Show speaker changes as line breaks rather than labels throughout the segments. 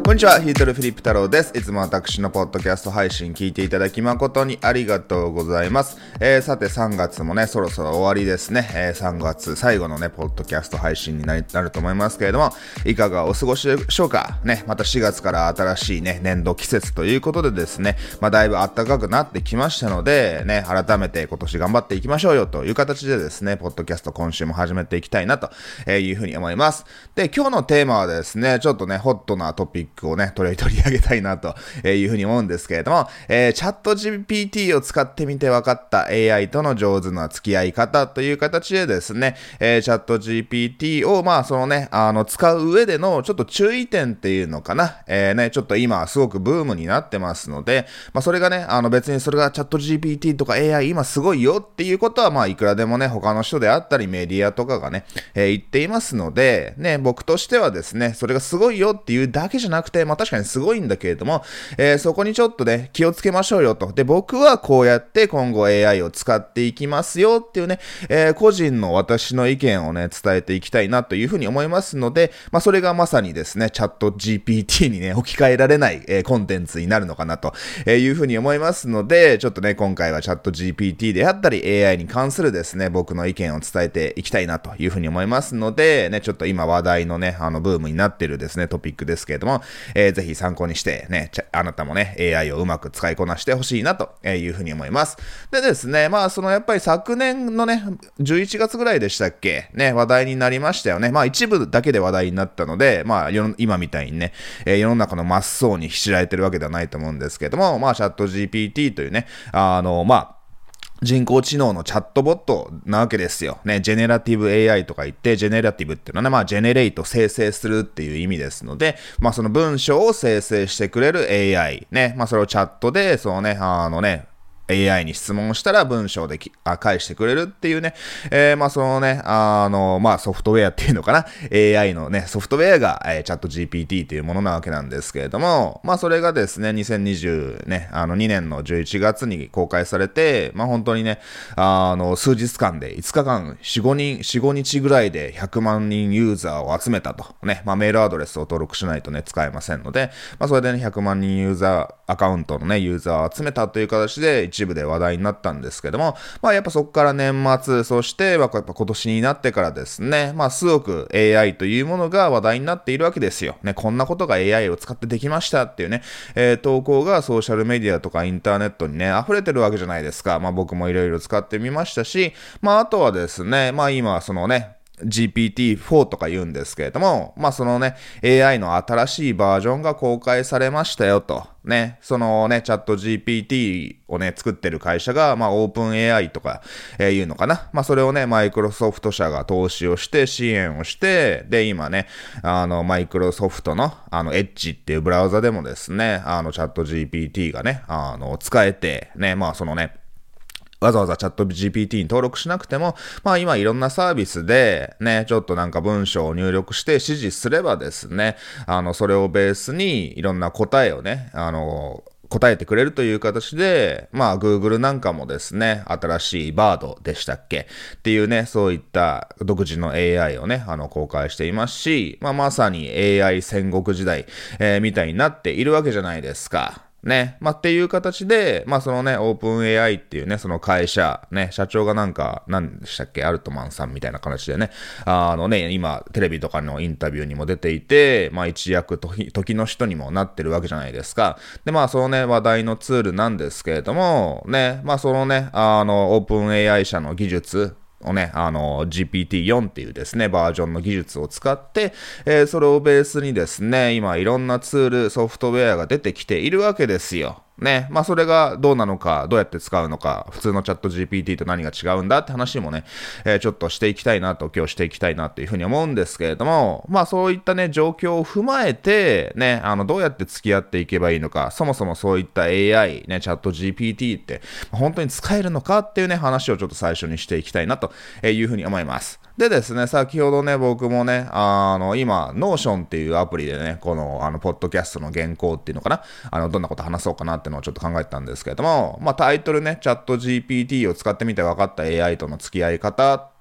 こんにちは、ヒートルフィリップ太郎です。いつも私のポッドキャスト配信聞いていただき誠にありがとうございます。さて3月もね、そろそろ終わりですね。3月最後のね、ポッドキャスト配信になると思いますけれども、いかがお過ごしでしょうかね。また4月から新しいね、年度季節ということでですね、だいぶ暖かくなってきましたので、ね、改めて今年頑張っていきましょうよという形でですね、ポッドキャスト今週も始めていきたいなというふうに思います。で、今日のテーマはですね、ちょっとね、ホットなトピックをね、取り上げたいなというふうに思うんですけれども、チャット GPT を使ってみて分かった AI との上手な付き合い方という形でですね、チャット GPT をそのね、使う上でのちょっと注意点っていうのかな、ね、ちょっと今すごくブームになってますので、それがね、別にそれがチャット GPT とか AI 今すごいよっていうことはいくらでもね、他の人であったりメディアとかがね、言っていますので、ね、僕としてはですね、それがすごいよっていうだけじゃなくて、確かにすごいんだけれども、そこにちょっとね、気をつけましょうよと。で、僕はこうやって今後 AI を使っていきますよっていうね、個人の私の意見をね、伝えていきたいなというふうに思いますので、それがまさにですね、チャット GPT にね、置き換えられない、コンテンツになるのかなというふうに思いますので、ちょっとね、今回はチャット GPT であったり AI に関するですね、僕の意見を伝えていきたいなというふうに思いますので、ね、ちょっと今話題のね、ブームになっているですね、トピックですけれども、ぜひ参考にしてね、あなたもね、AI をうまく使いこなしてほしいなというふうに思います。でですね、そのやっぱり昨年のね、11月ぐらいでしたっけね、話題になりましたよね。一部だけで話題になったので、今みたいにね、世の中の真っ青に知られてるわけではないと思うんですけども、チャット GPT というね、人工知能のチャットボットなわけですよ。ね、ジェネラティブ AI とか言って、ジェネラティブっていうのはね、ジェネレート生成するっていう意味ですので、その文章を生成してくれる AI。ね、それをチャットで、そのね、AI に質問したら文章で返してくれるっていうね、そのね、ソフトウェアっていうのかな、AI のね、ソフトウェアが、チャット GPT というものなわけなんですけれども、それがですね、2020ね、2年の11月に公開されて、本当にね、数日間で5日間、4、5日ぐらいで100万人ユーザーを集めたと。ね、メールアドレスを登録しないとね、使えませんので、それでね、100万人ユーザー、アカウントのね、ユーザーを集めたという形で、一部で話題になったんですけども、やっぱそこから年末、そして、やっぱ今年になってからですね、数億 AI というものが話題になっているわけですよ。ね、こんなことが AI を使ってできましたっていうね、投稿がソーシャルメディアとかインターネットにね、溢れてるわけじゃないですか。僕もいろいろ使ってみましたし、あとはですね、今、そのね、GPT-4 とか言うんですけれども、そのね、AI の新しいバージョンが公開されましたよと。ね、そのね、チャット GPT をね、作ってる会社が、オープン AI とか、いうのかな。それをね、マイクロソフト社が投資をして、支援をして、で、今ね、マイクロソフトの、エッジっていうブラウザでもですね、チャット GPT がね、使えて、ね、そのね、わざわざチャット GPT に登録しなくても、今いろんなサービスでね、ちょっとなんか文章を入力して指示すればですね、それをベースにいろんな答えをね、答えてくれるという形で、Google なんかもですね、新しいバードでしたっけっていうね、そういった独自の AI をね、公開していますし、まさに AI 戦国時代、みたいになっているわけじゃないですか。ね。っていう形で、そのね、オープン AI っていうね、その会社、ね、社長が何でしたっけ、アルトマンさんみたいな形でね、今、テレビとかのインタビューにも出ていて、一躍時の人にもなってるわけじゃないですか。で、そのね、話題のツールなんですけれども、ね、そのね、オープン AI 社の技術、をね、GPT-4 っていうですね、バージョンの技術を使って、それをベースにですね、今いろんなツール、ソフトウェアが出てきているわけですよ。ね。それがどうなのか、どうやって使うのか、普通のチャット GPT と何が違うんだって話もね、ちょっとしていきたいなと、今日していきたいなというふうに思うんですけれども、そういったね、状況を踏まえて、ね、どうやって付き合っていけばいいのか、そもそもそういった AI、ね、チャット GPT って、本当に使えるのかっていうね、話をちょっと最初にしていきたいなというふうに思います。でですね、先ほどね、僕もね、今、Notion っていうアプリでね、この、ポッドキャストの原稿っていうのかな、どんなこと話そうかなっていうのをちょっと考えてたんですけれども、タイトルね、チャット GPT を使ってみて分かった AI との付き合い方っ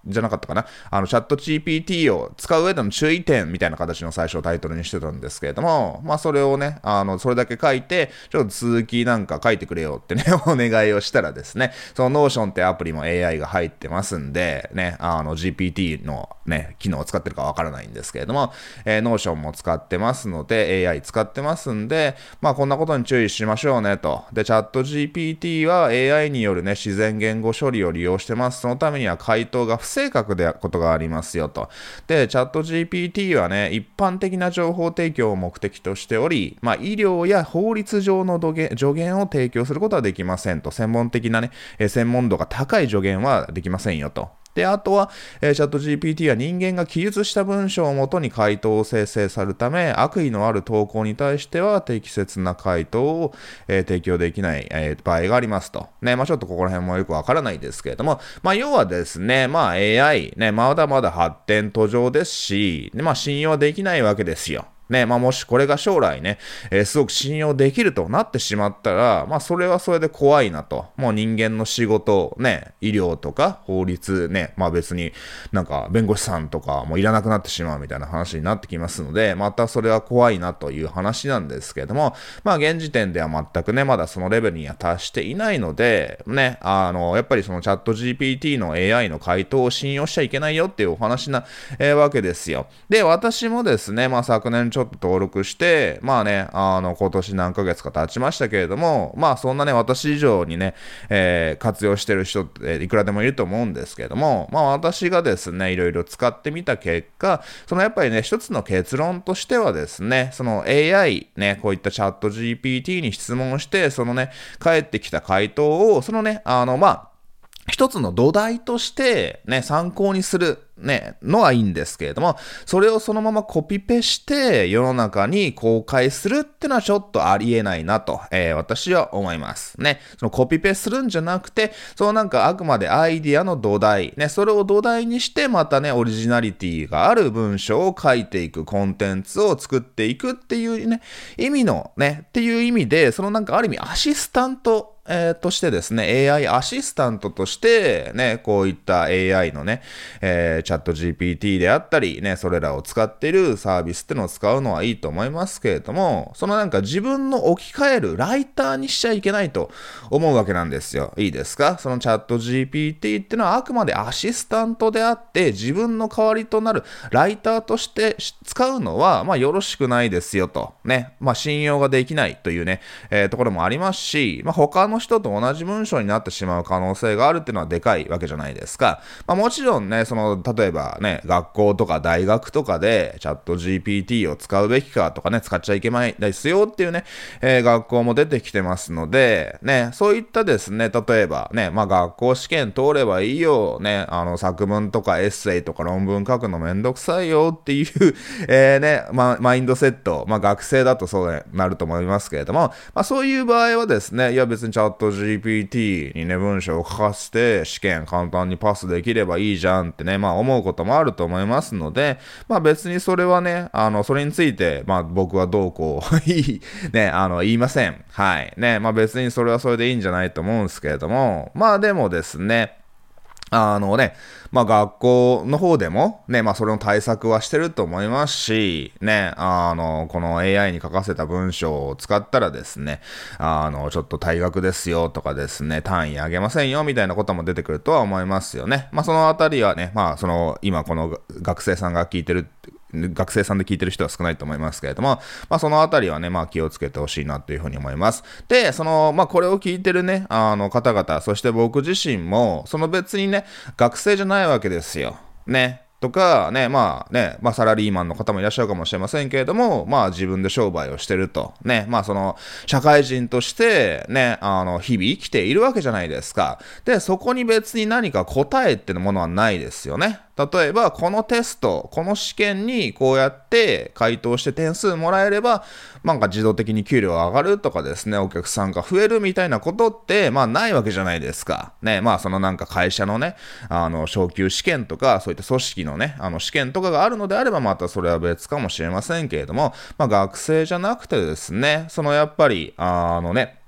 じゃなかったかな。チャット GPT を使う上での注意点みたいな形の最初タイトルにしてたんですけれども、まあそれをね、それだけ書いて、ちょっと続きなんか書いてくれよってね、お願いをしたらですね、その Notion ってアプリも AI が入ってますんで、ね、GPT のね、機能を使ってるかわからないんですけれども、Notion も使ってますので、AI 使ってますんで、まあこんなことに注意しましょうねと。で、チャット GPT は AI によるね、自然言語処理を利用してます。そのためには回答が不正確であることがありますよと。で、チャット GPT はね、一般的な情報提供を目的としており、まあ医療や法律上の助言を提供することはできませんと。専門的なね、専門度が高い助言はできませんよと。で、あとは、チャット GPT は人間が記述した文章をもとに回答を生成されるため、悪意のある投稿に対しては適切な回答を、提供できない、場合がありますと。ね、まあちょっとここら辺もよくわからないですけれども、まあ要はですね、まあ AI、ね、まだまだ発展途上ですし、まあ信用できないわけですよ。ね、まあもしこれが将来ね、すごく信用できるとなってしまったら、まあそれはそれで怖いなと。もう人間の仕事、ね、医療とか法律ね、まあ別になんか弁護士さんとかもいらなくなってしまうみたいな話になってきますので、またそれは怖いなという話なんですけれども、まあ現時点では全くね、まだそのレベルには達していないので、ね、やっぱりそのチャット GPT の AI の回答を信用しちゃいけないよっていうお話な、わけですよ。で、私もですね、まあ昨年ちょっと登録して、まあね、今年何ヶ月か経ちましたけれども、まあそんなね、私以上にね、活用してる人っていくらでもいると思うんですけれども、まあ私がですね、いろいろ使ってみた結果、そのやっぱりね、一つの結論としてはですね、その AI、ね、こういったチャット GPT に質問して、そのね、返ってきた回答を、そのね、一つの土台としてね、参考にするね、のはいいんですけれども、それをそのままコピペして世の中に公開するってのはちょっとありえないなと、私は思いますね。そのコピペするんじゃなくて、そのなんかあくまでアイディアの土台、ね、それを土台にしてまたね、オリジナリティがある文章を書いていく、コンテンツを作っていくっていうね、意味のね、っていう意味で、そのなんかある意味アシスタント、としてですね、AI アシスタントとして、ね、こういった AI のね、チャット GPT であったり、ね、それらを使っているサービスってのを使うのはいいと思いますけれども、そのなんか自分の置き換えるライターにしちゃいけないと思うわけなんですよ。いいですか？そのチャット GPT ってのはあくまでアシスタントであって、自分の代わりとなるライターとして使うのは、まあよろしくないですよと。ね、まあ信用ができないというね、ところもありますし、まあ他の人と同じ文章になってしまう可能性があるっていうのはでかいわけじゃないですか。まあもちろんね、その、例えばね、学校とか大学とかでチャット GPT を使うべきかとかね、使っちゃいけないですよっていうね、学校も出てきてますので、ね、そういったですね、例えばね、まあ学校試験通ればいいよ、ね、作文とかエッセイとか論文書くのめんどくさいよっていうね、マインドセット、まあ学生だとそうなると思いますけれども、まあそういう場合はですね、いや別にチャット GPT にね、文章を書かせて試験簡単にパスできればいいじゃんってね、まあ思うこともあると思いますので、まあ別にそれはね、それについて、まあ僕はどうこうね、言いません。はい。ね、まあ別にそれはそれでいいんじゃないと思うんですけれども、まあでもですね、まあ学校の方でもね、まあそれの対策はしてると思いますし、ね、この AI に書かせた文章を使ったらですね、ちょっと退学ですよとかですね、単位あげませんよみたいなことも出てくるとは思いますよね。まあそのあたりはね、まあ今この学生さんで聞いてる人は少ないと思いますけれども、まあそのあたりはね、まあ気をつけてほしいなというふうに思います。で、まあこれを聞いてるね、方々、そして僕自身も、別にね、学生じゃないわけですよ。ね。とかね、まあサラリーマンの方もいらっしゃるかもしれませんけれども、まあ自分で商売をしてると。ね、まあ社会人としてね、日々生きているわけじゃないですか。で、そこに別に何か答えってものはないですよね。例えば、このテスト、この試験にこうやって回答して点数もらえれば、なんか自動的に給料上がるとかですね、お客さんが増えるみたいなことって、まあないわけじゃないですか。ね、まあなんか会社のね、昇給試験とか、そういった組織のね、試験とかがあるのであれば、またそれは別かもしれませんけれども、まあ学生じゃなくてですね、やっぱり、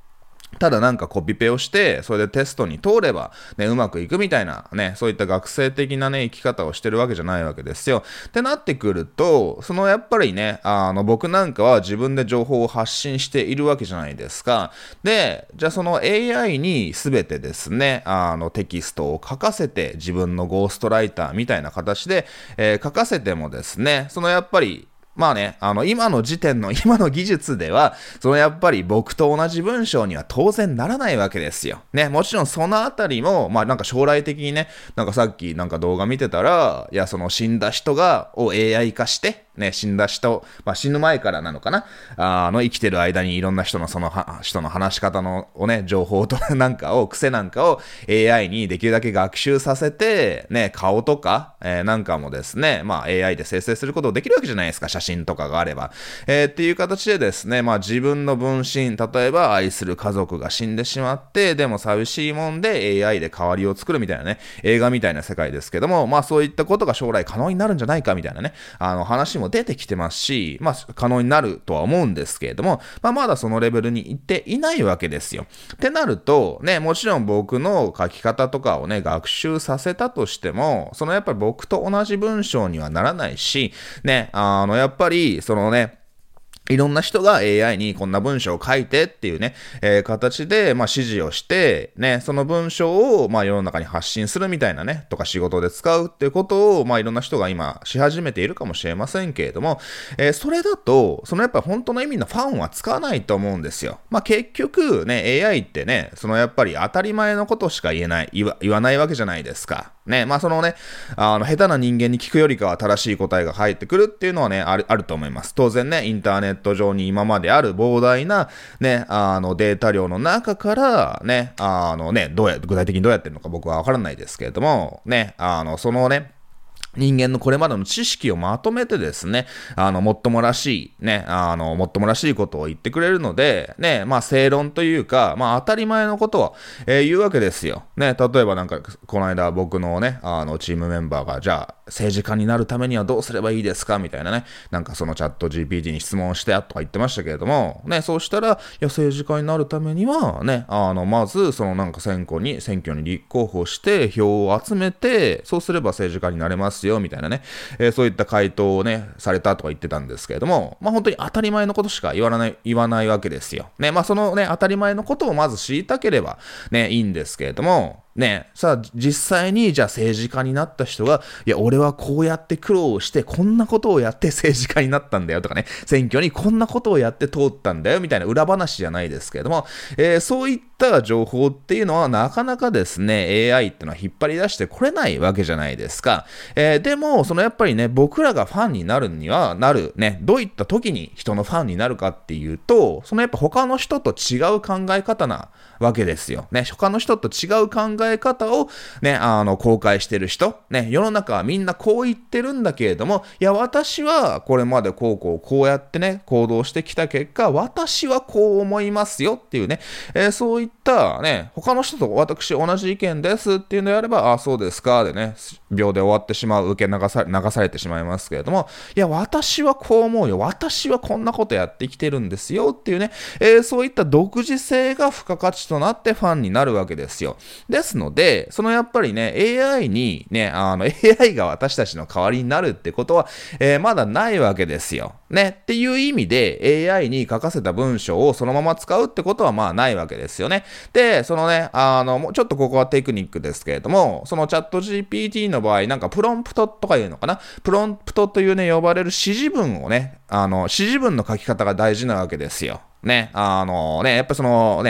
ただなんかコピペをして、それでテストに通れば、ね、うまくいくみたいな、ね、そういった学生的なね、生き方をしてるわけじゃないわけですよ。ってなってくると、やっぱりね、僕なんかは自分で情報を発信しているわけじゃないですか。で、じゃあその AI にすべてですね、テキストを書かせて、自分のゴーストライターみたいな形で、書かせてもですね、やっぱり、まあね、今の時点の今の技術では、やっぱり僕と同じ文章には当然ならないわけですよ。ね、もちろんそのあたりも、まあなんか将来的にね、なんかさっきなんか動画見てたら、いや死んだ人を AI 化して、ね、死んだ人、まあ死ぬ前からなのかな、生きてる間にいろんな人の人の話し方のね、情報となんかを、癖なんかを AI にできるだけ学習させて、ね、顔とか、なんかもですね、まあ AI で生成することができるわけじゃないですか、写真とかがあれば。っていう形でですね、まあ自分の分身、例えば愛する家族が死んでしまって、でも寂しいもんで AI で代わりを作るみたいなね、映画みたいな世界ですけども、まあそういったことが将来可能になるんじゃないかみたいなね、話も出てきてますし、まあ可能になるとは思うんですけれども、まあまだそのレベルに行っていないわけですよ。ってなると、ね、もちろん僕の書き方とかをね、学習させたとしても、やっぱり僕と同じ文章にはならないし、ね、やっぱり、いろんな人が AI にこんな文章を書いてっていうね、形で、まあ、指示をして、ね、その文章を、まあ、世の中に発信するみたいなね、とか仕事で使うっていうことを、まあ、いろんな人が今し始めているかもしれませんけれども、それだと、やっぱ本当の意味のファンはつかないと思うんですよ。まあ、結局ね、AI ってね、やっぱり当たり前のことしか言わないわけじゃないですか。ね、まあ下手な人間に聞くよりかは正しい答えが返ってくるっていうのはね、あると思います。当然ね、インターネット上に今まである膨大なね、データ量の中からね、具体的にどうやってるのか僕はわからないですけれども、ね、人間のこれまでの知識をまとめてですね、もっともらしい、ね、もっともらしいことを言ってくれるので、ね、まあ正論というか、まあ当たり前のことを、言うわけですよ。ね、例えばなんか、この間僕のね、チームメンバーが、じゃあ、政治家になるためにはどうすればいいですかみたいなね、なんかチャット GPT に質問してとか言ってましたけれども、ね、そうしたら、いや、政治家になるためには、ね、まず、なんか選挙に立候補して、票を集めて、そうすれば政治家になれますよみたいなね、そういった回答をねされたとか言ってたんですけれども、まあ本当に当たり前のことしか言わないわけですよね。まあ当たり前のことをまず知りたければねいいんですけれどもね、さあ実際にじゃあ政治家になった人が、いや俺はこうやって苦労してこんなことをやって政治家になったんだよとかね、選挙にこんなことをやって通ったんだよみたいな裏話じゃないですけれども、そういった情報っていうのはなかなかですね AI ってのは引っ張り出してこれないわけじゃないですか。でもやっぱりね僕らがファンになるにはね、どういった時に人のファンになるかっていうと、やっぱ他の人と違う考え方なわけですよね。他の人と違う考え方をね公開してる人ね、世の中はみんなこう言ってるんだけれども、いや私はこれまでこうやってね行動してきた結果、私はこう思いますよっていうね、そういったね他の人と私同じ意見ですっていうのであれば、あそうですかでね秒で終わってしまう、受け流されてしまいますけれども、いや私はこう思うよ、私はこんなことやってきてるんですよっていうね、そういった独自性が付加価値となってファンになるわけですよ。ですのでやっぱりね AI にねAI が私たちの代わりになるってことは、まだないわけですよね。っていう意味で AI に書かせた文章をそのまま使うってことはまあないわけですよね。でもうちょっとここはテクニックですけれども、チャット GPT の場合なんかプロンプトとかいうのかな、プロンプトというね呼ばれる指示文をね指示文の書き方が大事なわけですよね。やっぱ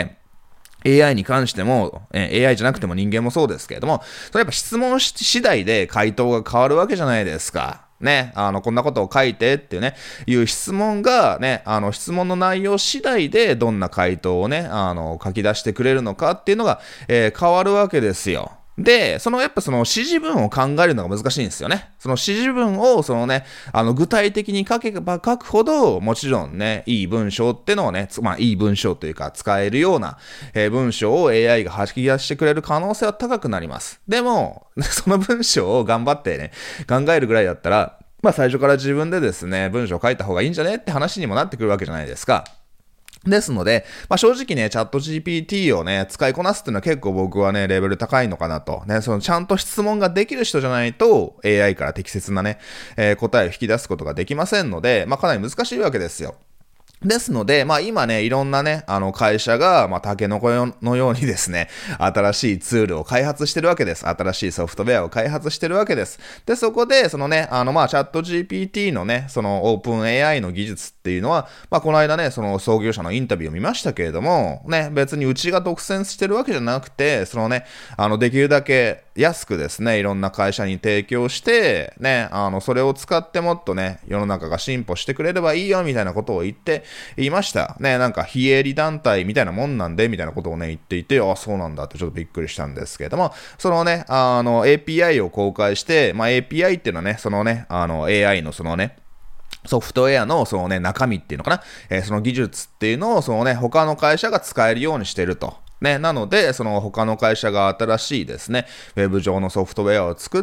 AI に関しても、AI じゃなくても人間もそうですけれども、やっぱ質問次第で回答が変わるわけじゃないですか。ね、こんなことを書いてっていうね、いう質問がね、質問の内容次第でどんな回答をね、書き出してくれるのかっていうのが、変わるわけですよ。で、やっぱ指示文を考えるのが難しいんですよね。指示文を具体的に書けば書くほど、もちろんね、いい文章ってのをね、まあいい文章というか使えるような、文章を AI が吐き出してくれる可能性は高くなります。でも、その文章を頑張ってね、考えるぐらいだったら、まあ最初から自分でですね、文章を書いた方がいいんじゃねって話にもなってくるわけじゃないですか。 ですので、正直ね、チャット GPT をね、使いこなすっていうのは結構僕はね、レベル高いのかなと。ね、ちゃんと質問ができる人じゃないと、AI から適切なね、答えを引き出すことができませんので、かなり難しいわけですよ。ですので、今ね、いろんなね、会社が、タケノコのようにですね、新しいツールを開発してるわけです。新しいソフトウェアを開発してるわけです。で、そこで、そのね、チャット GPT のね、そのオープン AI の技術っていうのは、この間ね、その創業者のインタビューを見ましたけれども、ね、別にうちが独占してるわけじゃなくて、そのね、できるだけ安くですね、いろんな会社に提供して、ね、それを使ってもっとね、世の中が進歩してくれればいいよ、みたいなことを言いました。ね、なんか非営利団体みたいなもんなんで、みたいなことをね、言っていて、あ、そうなんだってちょっとびっくりしたんですけれども、そのね、API を公開して、API っていうのはね、そのね、AI のそのね、ソフトウェアのそのね、中身っていうのかな、その技術っていうのをそのね、他の会社が使えるようにしてると。ね、なので、その他の会社が新しいですね、ウェブ上のソフトウェアを作って、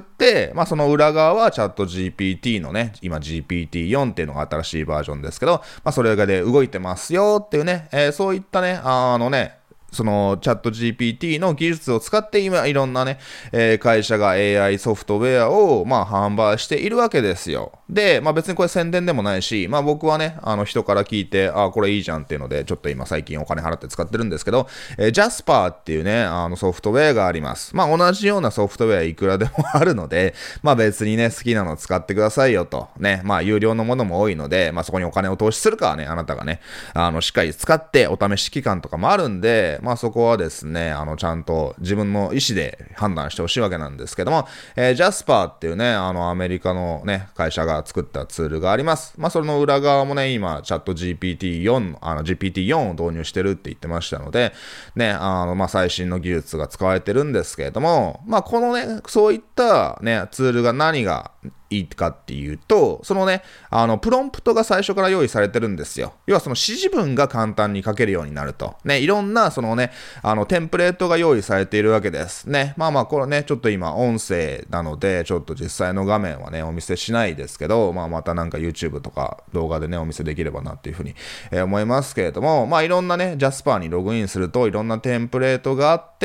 その裏側はチャット GPT のね、今 GPT-4 っていうのが新しいバージョンですけど、それがで動いてますよっていうね、そういったね、そのチャット GPT の技術を使って今いろんなね、会社が AI ソフトウェアを販売しているわけですよ。で、別にこれ宣伝でもないし、僕はね、人から聞いて、これいいじゃんっていうので、ちょっと今最近お金払って使ってるんですけど、Jasper っていうね、ソフトウェアがあります。同じようなソフトウェアいくらでもあるので、別にね、好きなの使ってくださいよと。ね、有料のものも多いので、そこにお金を投資するかはね、あなたがね、しっかり使ってお試し期間とかもあるんで、そこはですね、ちゃんと自分の意思で判断してほしいわけなんですけども、Jasper っていうね、アメリカのね、会社が作ったツールがあります。それの裏側もね、今、チャット GPT-4、GPT-4 を導入してるって言ってましたので、ね、最新の技術が使われてるんですけれども、このね、そういったね、ツールが何がいいかっていうと、そのね、プロンプトが最初から用意されてるんですよ。要はその指示文が簡単に書けるようになると。ね、いろんなそのね、テンプレートが用意されているわけです。ね、これね、ちょっと今音声なので、ちょっと実際の画面はね、お見せしないですけど、またなんか YouTube とか動画でね、お見せできればなっていうふうに、思いますけれども、いろんなね、Jasper にログインするといろんなテンプレートがあって、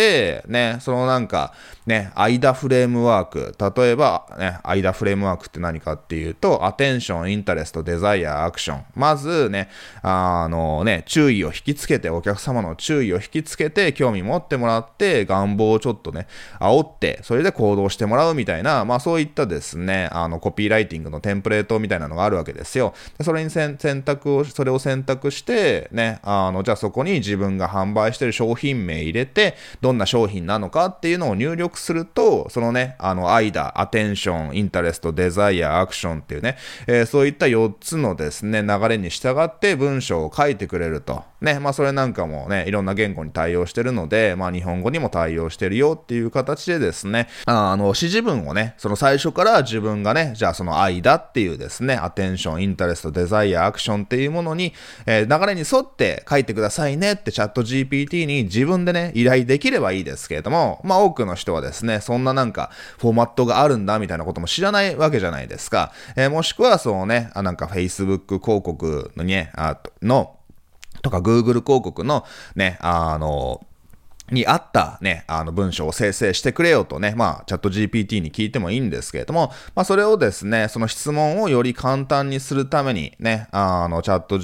ね、そのなんか、ね、AIDA フレームワーク。例えば、ね、AIDA フレームワークって何かっていうと、アテンション、インタレスト、デザイア、アクション。まずね、注意を引きつけて、お客様の注意を引きつけて、興味持ってもらって、願望をちょっとね、煽って、それで行動してもらうみたいな、そういったですね、コピーライティングのテンプレートみたいなのがあるわけですよ。でそれを選択して、ね、じゃあそこに自分が販売している商品名入れて、どんな商品なのかっていうのを入力すると、そのね、AIDA、アテンション、インタレスト、デザイア、アクションっていうね、そういった4つのですね、流れに従って文章を書いてくれると。ね、それなんかもね、いろんな言語に対応してるので、日本語にも対応してるよっていう形でですね、指示文をね、その最初から自分がね、じゃあそのAIDAっていうですね、アテンション、インタレスト、デザイア、アクションっていうものに、流れに沿って書いてくださいねってチャット GPT に自分でね、依頼できればいいですけれども、多くの人はですね、そんななんかフォーマットがあるんだみたいなことも知らないわけじゃないですか。もしくはそうね、なんか Facebook 広告のね、とか Google 広告のね、にあったね、文章を生成してくれよとね、チャット GPT に聞いてもいいんですけれども、それをですね、その質問をより簡単にするためにね、チャット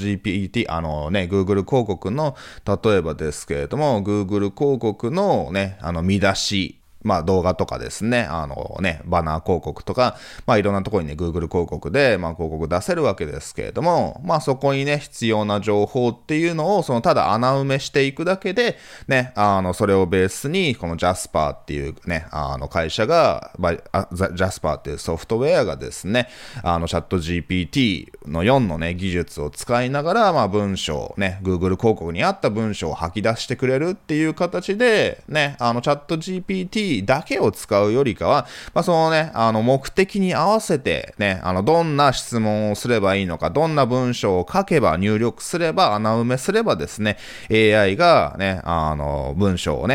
GPT、Google 広告の、例えばですけれども、Google 広告のね、見出し、動画とかですね、バナー広告とか、いろんなところにね、Google 広告で、広告出せるわけですけれども、そこにね、必要な情報っていうのを、ただ穴埋めしていくだけで、ね、それをベースに、この Jasper っていうね、会社が、Jasper っていうソフトウェアがですね、チャット GPT の4のね、技術を使いながら、文章、ね、Google 広告にあった文章を吐き出してくれるっていう形で、ね、チャット GPTだけを使うよりかは、そのね、目的に合わせてね、どんな質問をすればいいのか、どんな文章を書けば、入力すれば、穴埋めすればですね、AI がね、文章をね、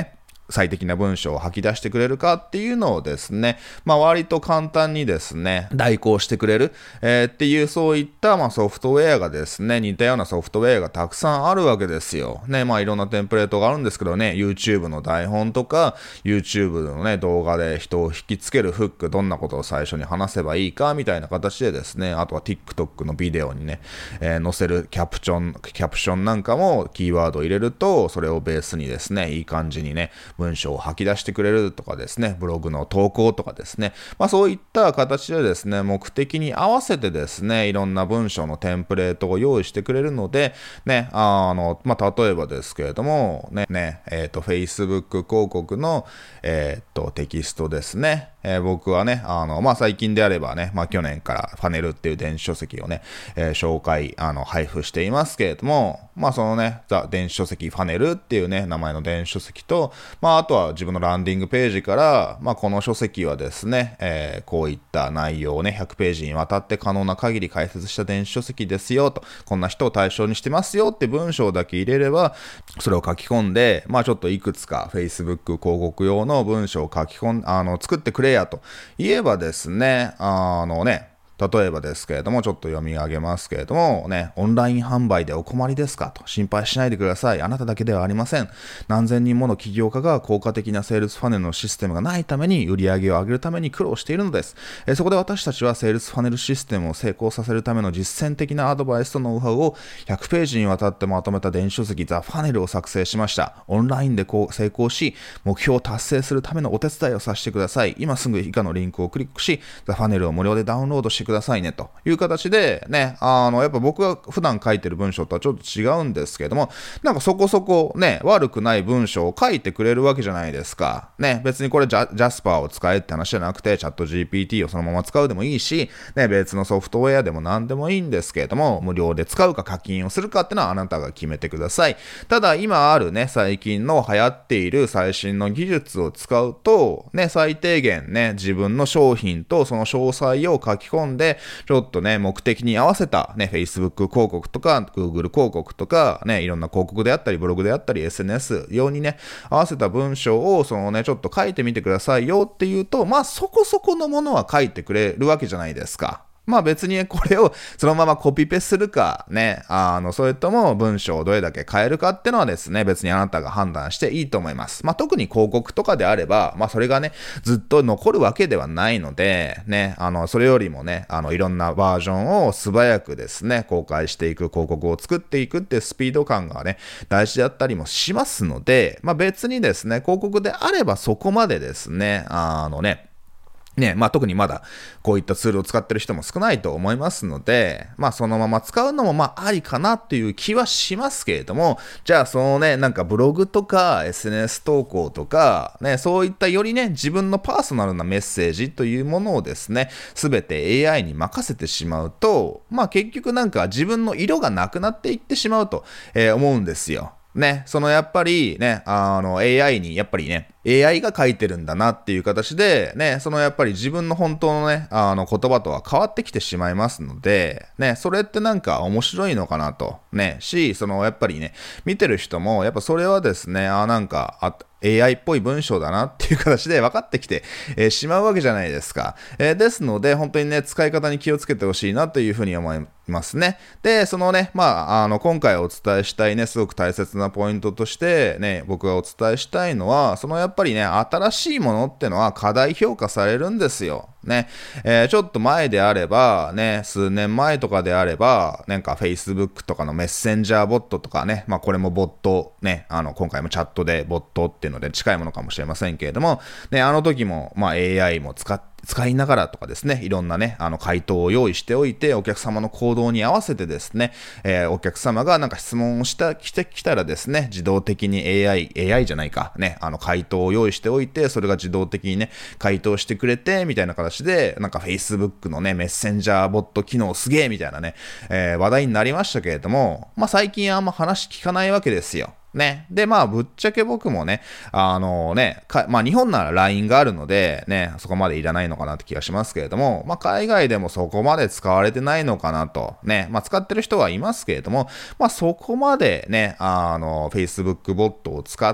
最適な文章を吐き出してくれるかっていうのをですね、割と簡単にですね、代行してくれる、っていうそういった、ソフトウェアがですね、似たようなソフトウェアがたくさんあるわけですよ。ね、いろんなテンプレートがあるんですけどね、YouTube の台本とか、YouTube のね、動画で人を引きつけるフック、どんなことを最初に話せばいいか、みたいな形でですね、あとは TikTok のビデオにね、載せるキャプションなんかもキーワードを入れると、それをベースにですね、いい感じにね、文章を吐き出してくれるとかですね、ブログの投稿とかですね、そういった形でですね、目的に合わせてですね、いろんな文章のテンプレートを用意してくれるので、ね、例えばですけれども、Facebook 広告の、テキストですね、僕はね、最近であればね、去年からファネルっていう電子書籍をね、紹介、配布していますけれども、そのね、電子書籍ファネルっていうね、名前の電子書籍と、あとは自分のランディングページから、この書籍はですね、こういった内容をね、100ページにわたって可能な限り解説した電子書籍ですよと、こんな人を対象にしてますよって文章だけ入れれば、それを書き込んで、ちょっといくつか Facebook 広告用の文章を作ってくれやと言えばですね、例えばですけれども、ちょっと読み上げますけれども、ね、オンライン販売でお困りですかと、心配しないでください。あなただけではありません。何千人もの起業家が効果的なセールスファネルのシステムがないために、売り上げを上げるために苦労しているのです。そこで私たちはセールスファネルシステムを成功させるための実践的なアドバイスとノウハウを100ページにわたってまとめた電子書籍ザ・ファネルを作成しました。オンラインで成功し、目標を達成するためのお手伝いをさせてください。今すぐ以下のリンクをクリックし、ザ・ファネルを無料でダウンロードしてくださいねという形でね、やっぱ僕が普段書いてる文章とはちょっと違うんですけれども、なんかそこそこね、悪くない文章を書いてくれるわけじゃないですか。ね、別にこれジャスパーを使えって話じゃなくて、チャット GPT をそのまま使うでもいいし、ね、別のソフトウェアでも何でもいいんですけれども、無料で使うか課金をするかっていうのはあなたが決めてください。ただ今あるね、最近の流行っている最新の技術を使うと、ね、最低限ね、自分の商品とその詳細を書き込んで、ちょっとね、目的に合わせたね、Facebook 広告とか、Google 広告とか、ね、いろんな広告であったり、ブログであったり、SNS 用にね、合わせた文章を、そのね、ちょっと書いてみてくださいよっていうと、そこそこのものは書いてくれるわけじゃないですか。別にこれをそのままコピペするかね、それとも文章をどれだけ変えるかってのはですね、別にあなたが判断していいと思います。特に広告とかであれば、それがね、ずっと残るわけではないので、ね、それよりもね、いろんなバージョンを素早くですね、公開していく広告を作っていくっていうスピード感がね、大事だったりもしますので、別にですね、広告であればそこまでですね、特にまだこういったツールを使ってる人も少ないと思いますので、そのまま使うのもありかなっていう気はしますけれども、じゃあそのね、なんかブログとか SNS 投稿とか、ね、そういったよりね、自分のパーソナルなメッセージというものをですね、すべて AI に任せてしまうと、結局なんか自分の色がなくなっていってしまうと、思うんですよ。ね、やっぱりね、AI にやっぱりね、AI が書いてるんだなっていう形で、ね、やっぱり自分の本当のね、言葉とは変わってきてしまいますので、ね、それってなんか面白いのかなと、ね、やっぱりね、見てる人も、やっぱそれはですね、AI っぽい文章だなっていう形で分かってきて、しまうわけじゃないですか。ですので、本当にね、使い方に気をつけてほしいなというふうに思いますね。で、今回お伝えしたいね、すごく大切なポイントとして、ね、僕がお伝えしたいのは、やっぱりね、新しいものってのは過大評価されるんですよ。ね、ちょっと前であれば、ね、数年前とかであれば、なんか Facebook とかのメッセンジャーボットとかね、これもボット、ね、今回もチャットでボットっていうので近いものかもしれませんけれども、ね、あの時も、AI も使いながらとかですね、いろんなね、回答を用意しておいて、お客様の行動に合わせてですね、お客様がなんか質問をしてきたらですね、自動的に AI じゃないか、ね、回答を用意しておいて、それが自動的にね、回答してくれて、みたいな形で、なんか Facebook のね、メッセンジャーボット機能すげえみたいなね、話題になりましたけれども、最近あんま話聞かないわけですよ。 ね。で、まあ、ぶっちゃけ僕もね、まあ、日本なら LINE があるので、ね、そこまでいらないのかなって気がしますけれども、まあ、海外でもそこまで使われてないのかなと、ね、まあ、使ってる人はいますけれども、まあ、そこまでね、Facebook ボットを使って、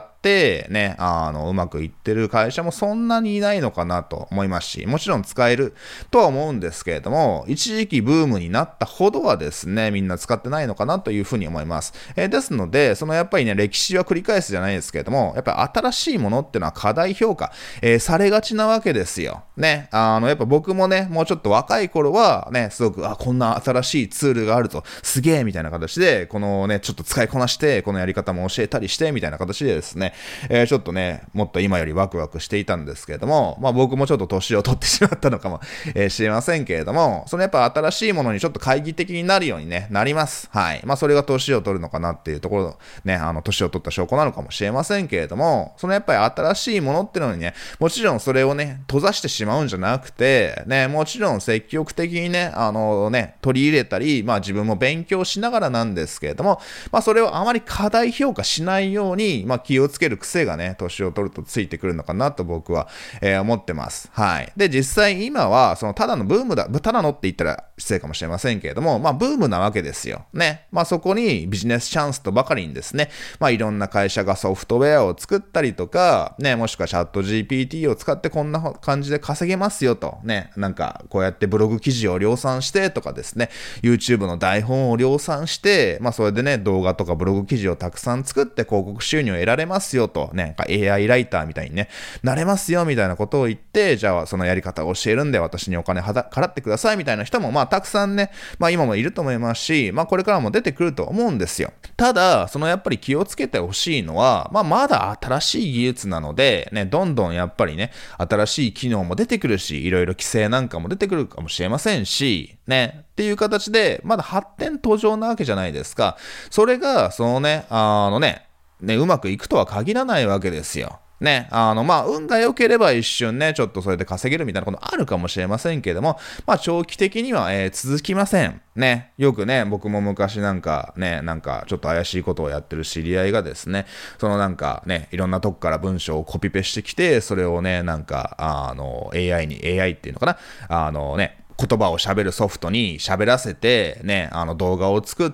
ね、うまくいってる会社もそんなにいないのかなと思いますし、もちろん使えるとは思うんですけれども、一時期ブームになったほどはですね、みんな使ってないのかなというふうに思います。ですので、やっぱりね、歴史は繰り返すじゃないですけれども、やっぱり新しいものっていうのは過大評価、されがちなわけですよ。ね、やっぱ僕もね、もうちょっと若い頃はね、すごく、こんな新しいツールがあると、すげえみたいな形で、このね、ちょっと使いこなして、このやり方も教えたりして、みたいな形でですね、ちょっとね、もっと今よりワクワクしていたんですけれども、まあ僕もちょっと年を取ってしまったのかもしれませんけれども、やっぱ新しいものにちょっと懐疑的になるようにね、なります。はい。まあそれが年を取るのかなっていうところ、ね、年を取った証拠なのかもしれませんけれども、やっぱり新しいものっていうのにね、もちろんそれをね、閉ざしてしまうんじゃなくて、ね、もちろん積極的にね、取り入れたり、まあ自分も勉強しながらなんですけれども、まあそれをあまり過大評価しないように、まあ気をつける癖がね、年を取るとついてくるのかなと僕は、思ってます。はい。で、実際今は、ただのブームだ、ただのって言ったら失礼かもしれませんけれども、まあブームなわけですよ。ね。まあそこにビジネスチャンスとばかりにですね、まあいろんな会社がソフトウェアを作ったりとか、ね、もしくはチャット GPT を使ってこんな感じで稼げますよと、ね、なんかこうやってブログ記事を量産してとかですね、YouTube の台本を量産して、まあそれでね、動画とかブログ記事をたくさん作って広告収入を得られますよと、ね、AI ライターみたいにね、なれますよみたいなことを言って、じゃあそのやり方を教えるんで私にお金払ってくださいみたいな人もまあたくさんね、まあ今もいると思いますし、まあこれからも出てくると思うんですよ。ただ、やっぱり気をつけてほしいのは、まあまだ新しい技術なので、ね、どんどんやっぱりね、新しい機能も出てくるし、いろいろ規制なんかも出てくるかもしれませんし、ね、っていう形で、まだ発展途上なわけじゃないですか。それが、うまくいくとは限らないわけですよ。ね、まあ、運が良ければ一瞬ね、ちょっとそれで稼げるみたいなことあるかもしれませんけれども、まあ、長期的には、続きません。ね、よくね、僕も昔なんかね、なんかちょっと怪しいことをやってる知り合いがですね、なんかね、いろんなとこから文章をコピペしてきて、それをね、なんか、AI っていうのかな、言葉を喋るソフトに喋らせて、ね、動画を作って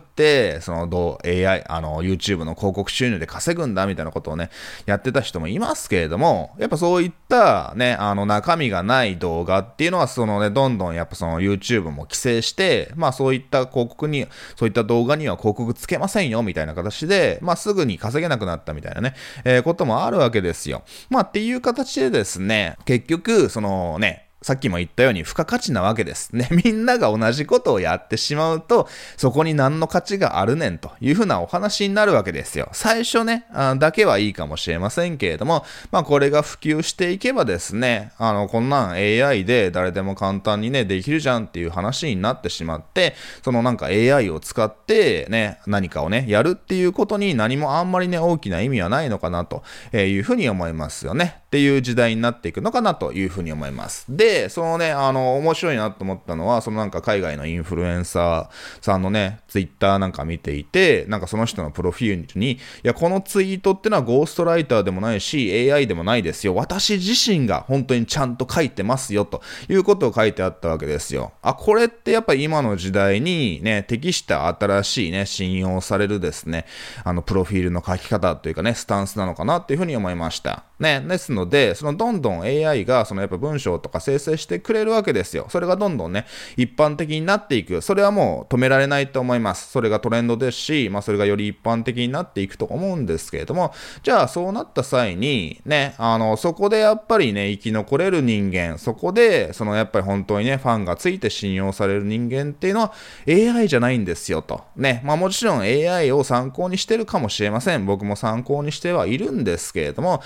、AI、YouTube の広告収入で稼ぐんだみたいなことをね、やってた人もいますけれども、やっぱそういったね、中身がない動画っていうのは、どんどんやっぱYouTube も規制して、まあそういったそういった動画には広告つけませんよみたいな形で、まあすぐに稼げなくなったみたいなね、こともあるわけですよ。まあっていう形でですね、結局、さっきも言ったように付加価値なわけですね。みんなが同じことをやってしまうと、そこに何の価値があるねんというふうなお話になるわけですよ。最初ね、だけはいいかもしれませんけれども、まあこれが普及していけばですね、こんなん AI で誰でも簡単にね、できるじゃんっていう話になってしまって、なんか AI を使ってね、何かをね、やるっていうことに何もあんまりね、大きな意味はないのかなというふうに思いますよね。っていう時代になっていくのかなというふうに思います。で、面白いなと思ったのは、なんか海外のインフルエンサーさんのね、ツイッターなんか見ていて、なんかその人のプロフィールに、いや、このツイートってのはゴーストライターでもないし、AI でもないですよ。私自身が本当にちゃんと書いてますよ、ということを書いてあったわけですよ。これってやっぱり今の時代にね、適した新しいね、信用されるですね、プロフィールの書き方というかね、スタンスなのかなっていうふうに思いました。ね、ですので、どんどん AI がやっぱ文章とか生成してくれるわけですよ。それがどんどんね、一般的になっていく。それはもう止められないと思います。それがトレンドですし、まあそれがより一般的になっていくと思うんですけれども、じゃあそうなった際に、ね、そこでやっぱりね、生き残れる人間、そこで、やっぱり本当にね、ファンがついて信用される人間っていうのは AI じゃないんですよと。ね、まあもちろん AI を参考にしてるかもしれません。僕も参考にしてはいるんですけれども、結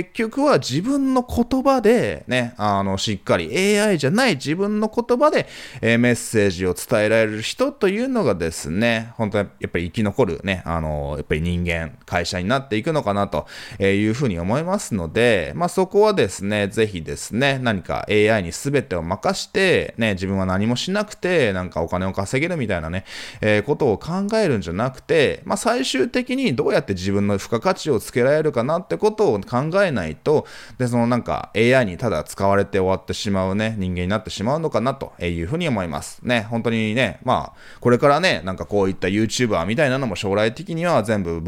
結局は自分の言葉でね、しっかり AI じゃない自分の言葉で、メッセージを伝えられる人というのがですね、本当にやっぱり生き残るね、やっぱり人間、会社になっていくのかなというふうに思いますので、そこはですね、ぜひですね、何か AI に全てを任して、ね、自分は何もしなくて、なんかお金を稼げるみたいなね、ことを考えるんじゃなくて、最終的にどうやって自分の付加価値をつけられるかなってことを考えないと、で、なんか AI にただ使われて終わってしまうね、人間になってしまうのかなというふうに思います。ね、本当にね、これからね、なんかこういった YouTuber みたいなのも将来的には全部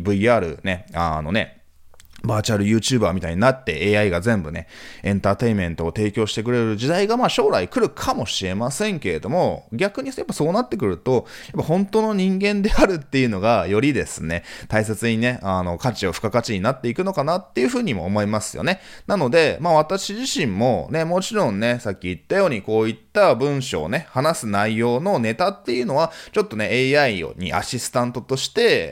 VR ね、バーチャル YouTuber みたいになって AI が全部ね、エンターテインメントを提供してくれる時代が将来来るかもしれませんけれども、逆にやっぱそうなってくると、やっぱ本当の人間であるっていうのがよりですね、大切にね、価値を付加価値になっていくのかなっていうふうにも思いますよね。なので、私自身もね、もちろんね、さっき言ったようにこういった文章をね、話す内容のネタっていうのは、ちょっとね、AI にアシスタントとして、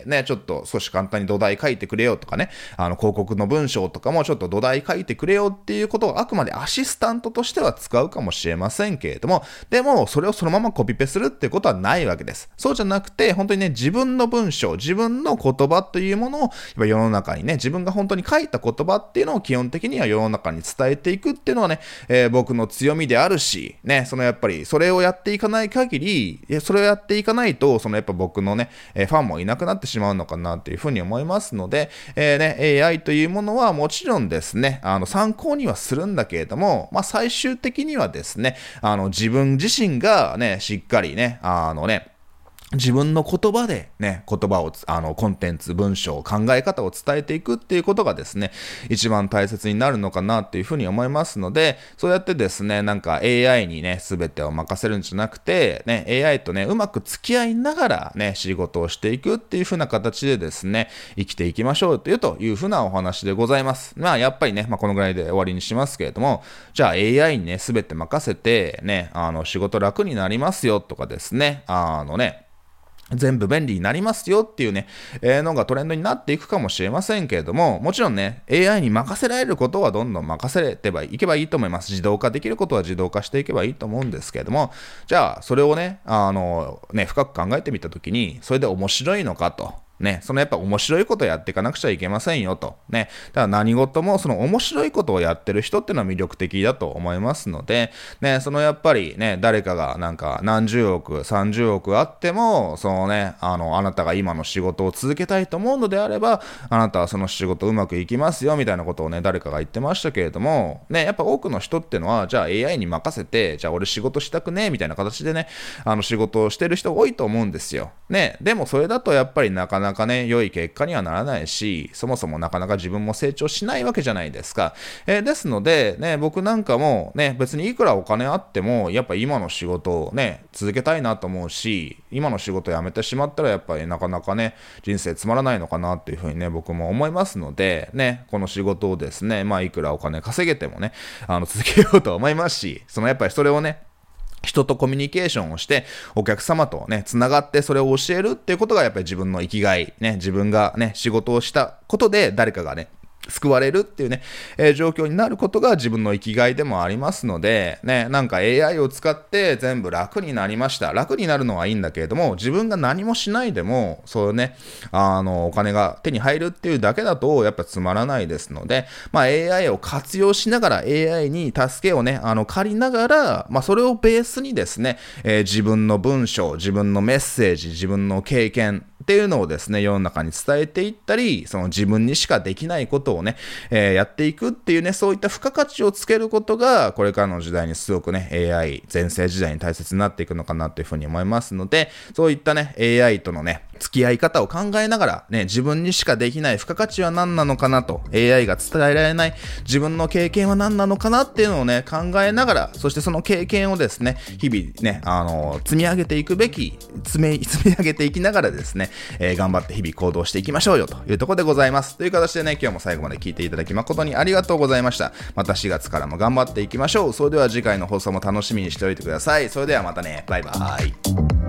ね、ちょっと少し簡単に土台書いてくれよとかね、広告の文章とかもちょっと土台書いてくれよっていうことをあくまでアシスタントとしては使うかもしれませんけれども、でもそれをそのままコピペするっていうことはないわけです。そうじゃなくて、本当にね、自分の文章、自分の言葉というものを世の中にね、自分が本当に書いた言葉っていうのを基本的には世の中に伝えていくっていうのはね、僕の強みであるし、ね、やっぱりそれをやっていかない限り、それをやっていかないと、やっぱ僕のね、ファンもいなくなってしまうのかなっていうふうに思いますので、AI というものはもちろんですね、参考にはするんだけれども、最終的にはですね、自分自身がね、しっかりね、自分の言葉でね、言葉を、コンテンツ、文章、考え方を伝えていくっていうことがですね、一番大切になるのかなっていうふうに思いますので、そうやってですね、なんか AI にね、すべてを任せるんじゃなくて、ね、AI とね、うまく付き合いながらね、仕事をしていくっていうふうな形でですね、生きていきましょうというふうなお話でございます。やっぱりね、このぐらいで終わりにしますけれども、じゃあ AI にね、すべて任せて、ね、仕事楽になりますよとかですね、全部便利になりますよっていうね、のがトレンドになっていくかもしれませんけれども、もちろんね、AI に任せられることはどんどん任せれていけばいいと思います。自動化できることは自動化していけばいいと思うんですけれども、じゃあ、それをね、深く考えてみたときに、それで面白いのかと。ね、やっぱ面白いことをやっていかなくちゃいけませんよと。ね。だから何事もその面白いことをやってる人っていうのは魅力的だと思いますので、ね、やっぱりね、誰かがなんか何十億、30億あっても、あなたが今の仕事を続けたいと思うのであれば、あなたはその仕事うまくいきますよみたいなことをね、誰かが言ってましたけれども、ね、やっぱ多くの人っていうのは、じゃあ AI に任せて、じゃあ俺仕事したくねみたいな形でね、仕事をしてる人多いと思うんですよ。ね、でもそれだとやっぱりなかなかね、良い結果にはならないし、そもそもなかなか自分も成長しないわけじゃないですか。ですので、ね、僕なんかもね、別にいくらお金あっても、やっぱ今の仕事をね、続けたいなと思うし、今の仕事辞めてしまったらやっぱりなかなかね、人生つまらないのかなっていうふうにね、僕も思いますので、ね、この仕事をですね、いくらお金稼げてもね、続けようと思いますし、やっぱりそれをね、人とコミュニケーションをして、お客様とね、つながってそれを教えるっていうことがやっぱり自分の生きがい、ね、自分がね、仕事をしたことで誰かがね、救われるっていうね、状況になることが自分の生きがいでもありますので、ね、なんか AI を使って全部楽になりました。楽になるのはいいんだけれども、自分が何もしないでも、そういうね、お金が手に入るっていうだけだと、やっぱつまらないですので、AI を活用しながら AI に助けをね、借りながら、それをベースにですね、自分の文章、自分のメッセージ、自分の経験、っていうのをですね、世の中に伝えていったり、その自分にしかできないことをね、やっていくっていうね、そういった付加価値をつけることが、これからの時代にすごくね、AI、全盛時代に大切になっていくのかなというふうに思いますので、そういったね、AI とのね、付き合い方を考えながら、ね、自分にしかできない付加価値は何なのかなと、AI が伝えられない自分の経験は何なのかなっていうのをね、考えながら、そしてその経験をですね、日々ね、積み上げていくべき、積み上げていきながらですね、頑張って日々行動していきましょうよというところでございます。という形でね、今日も最後まで聞いていただき誠にありがとうございました。また4月からも頑張っていきましょう。それでは次回の放送も楽しみにしておいてください。それではまたね、バイバイ。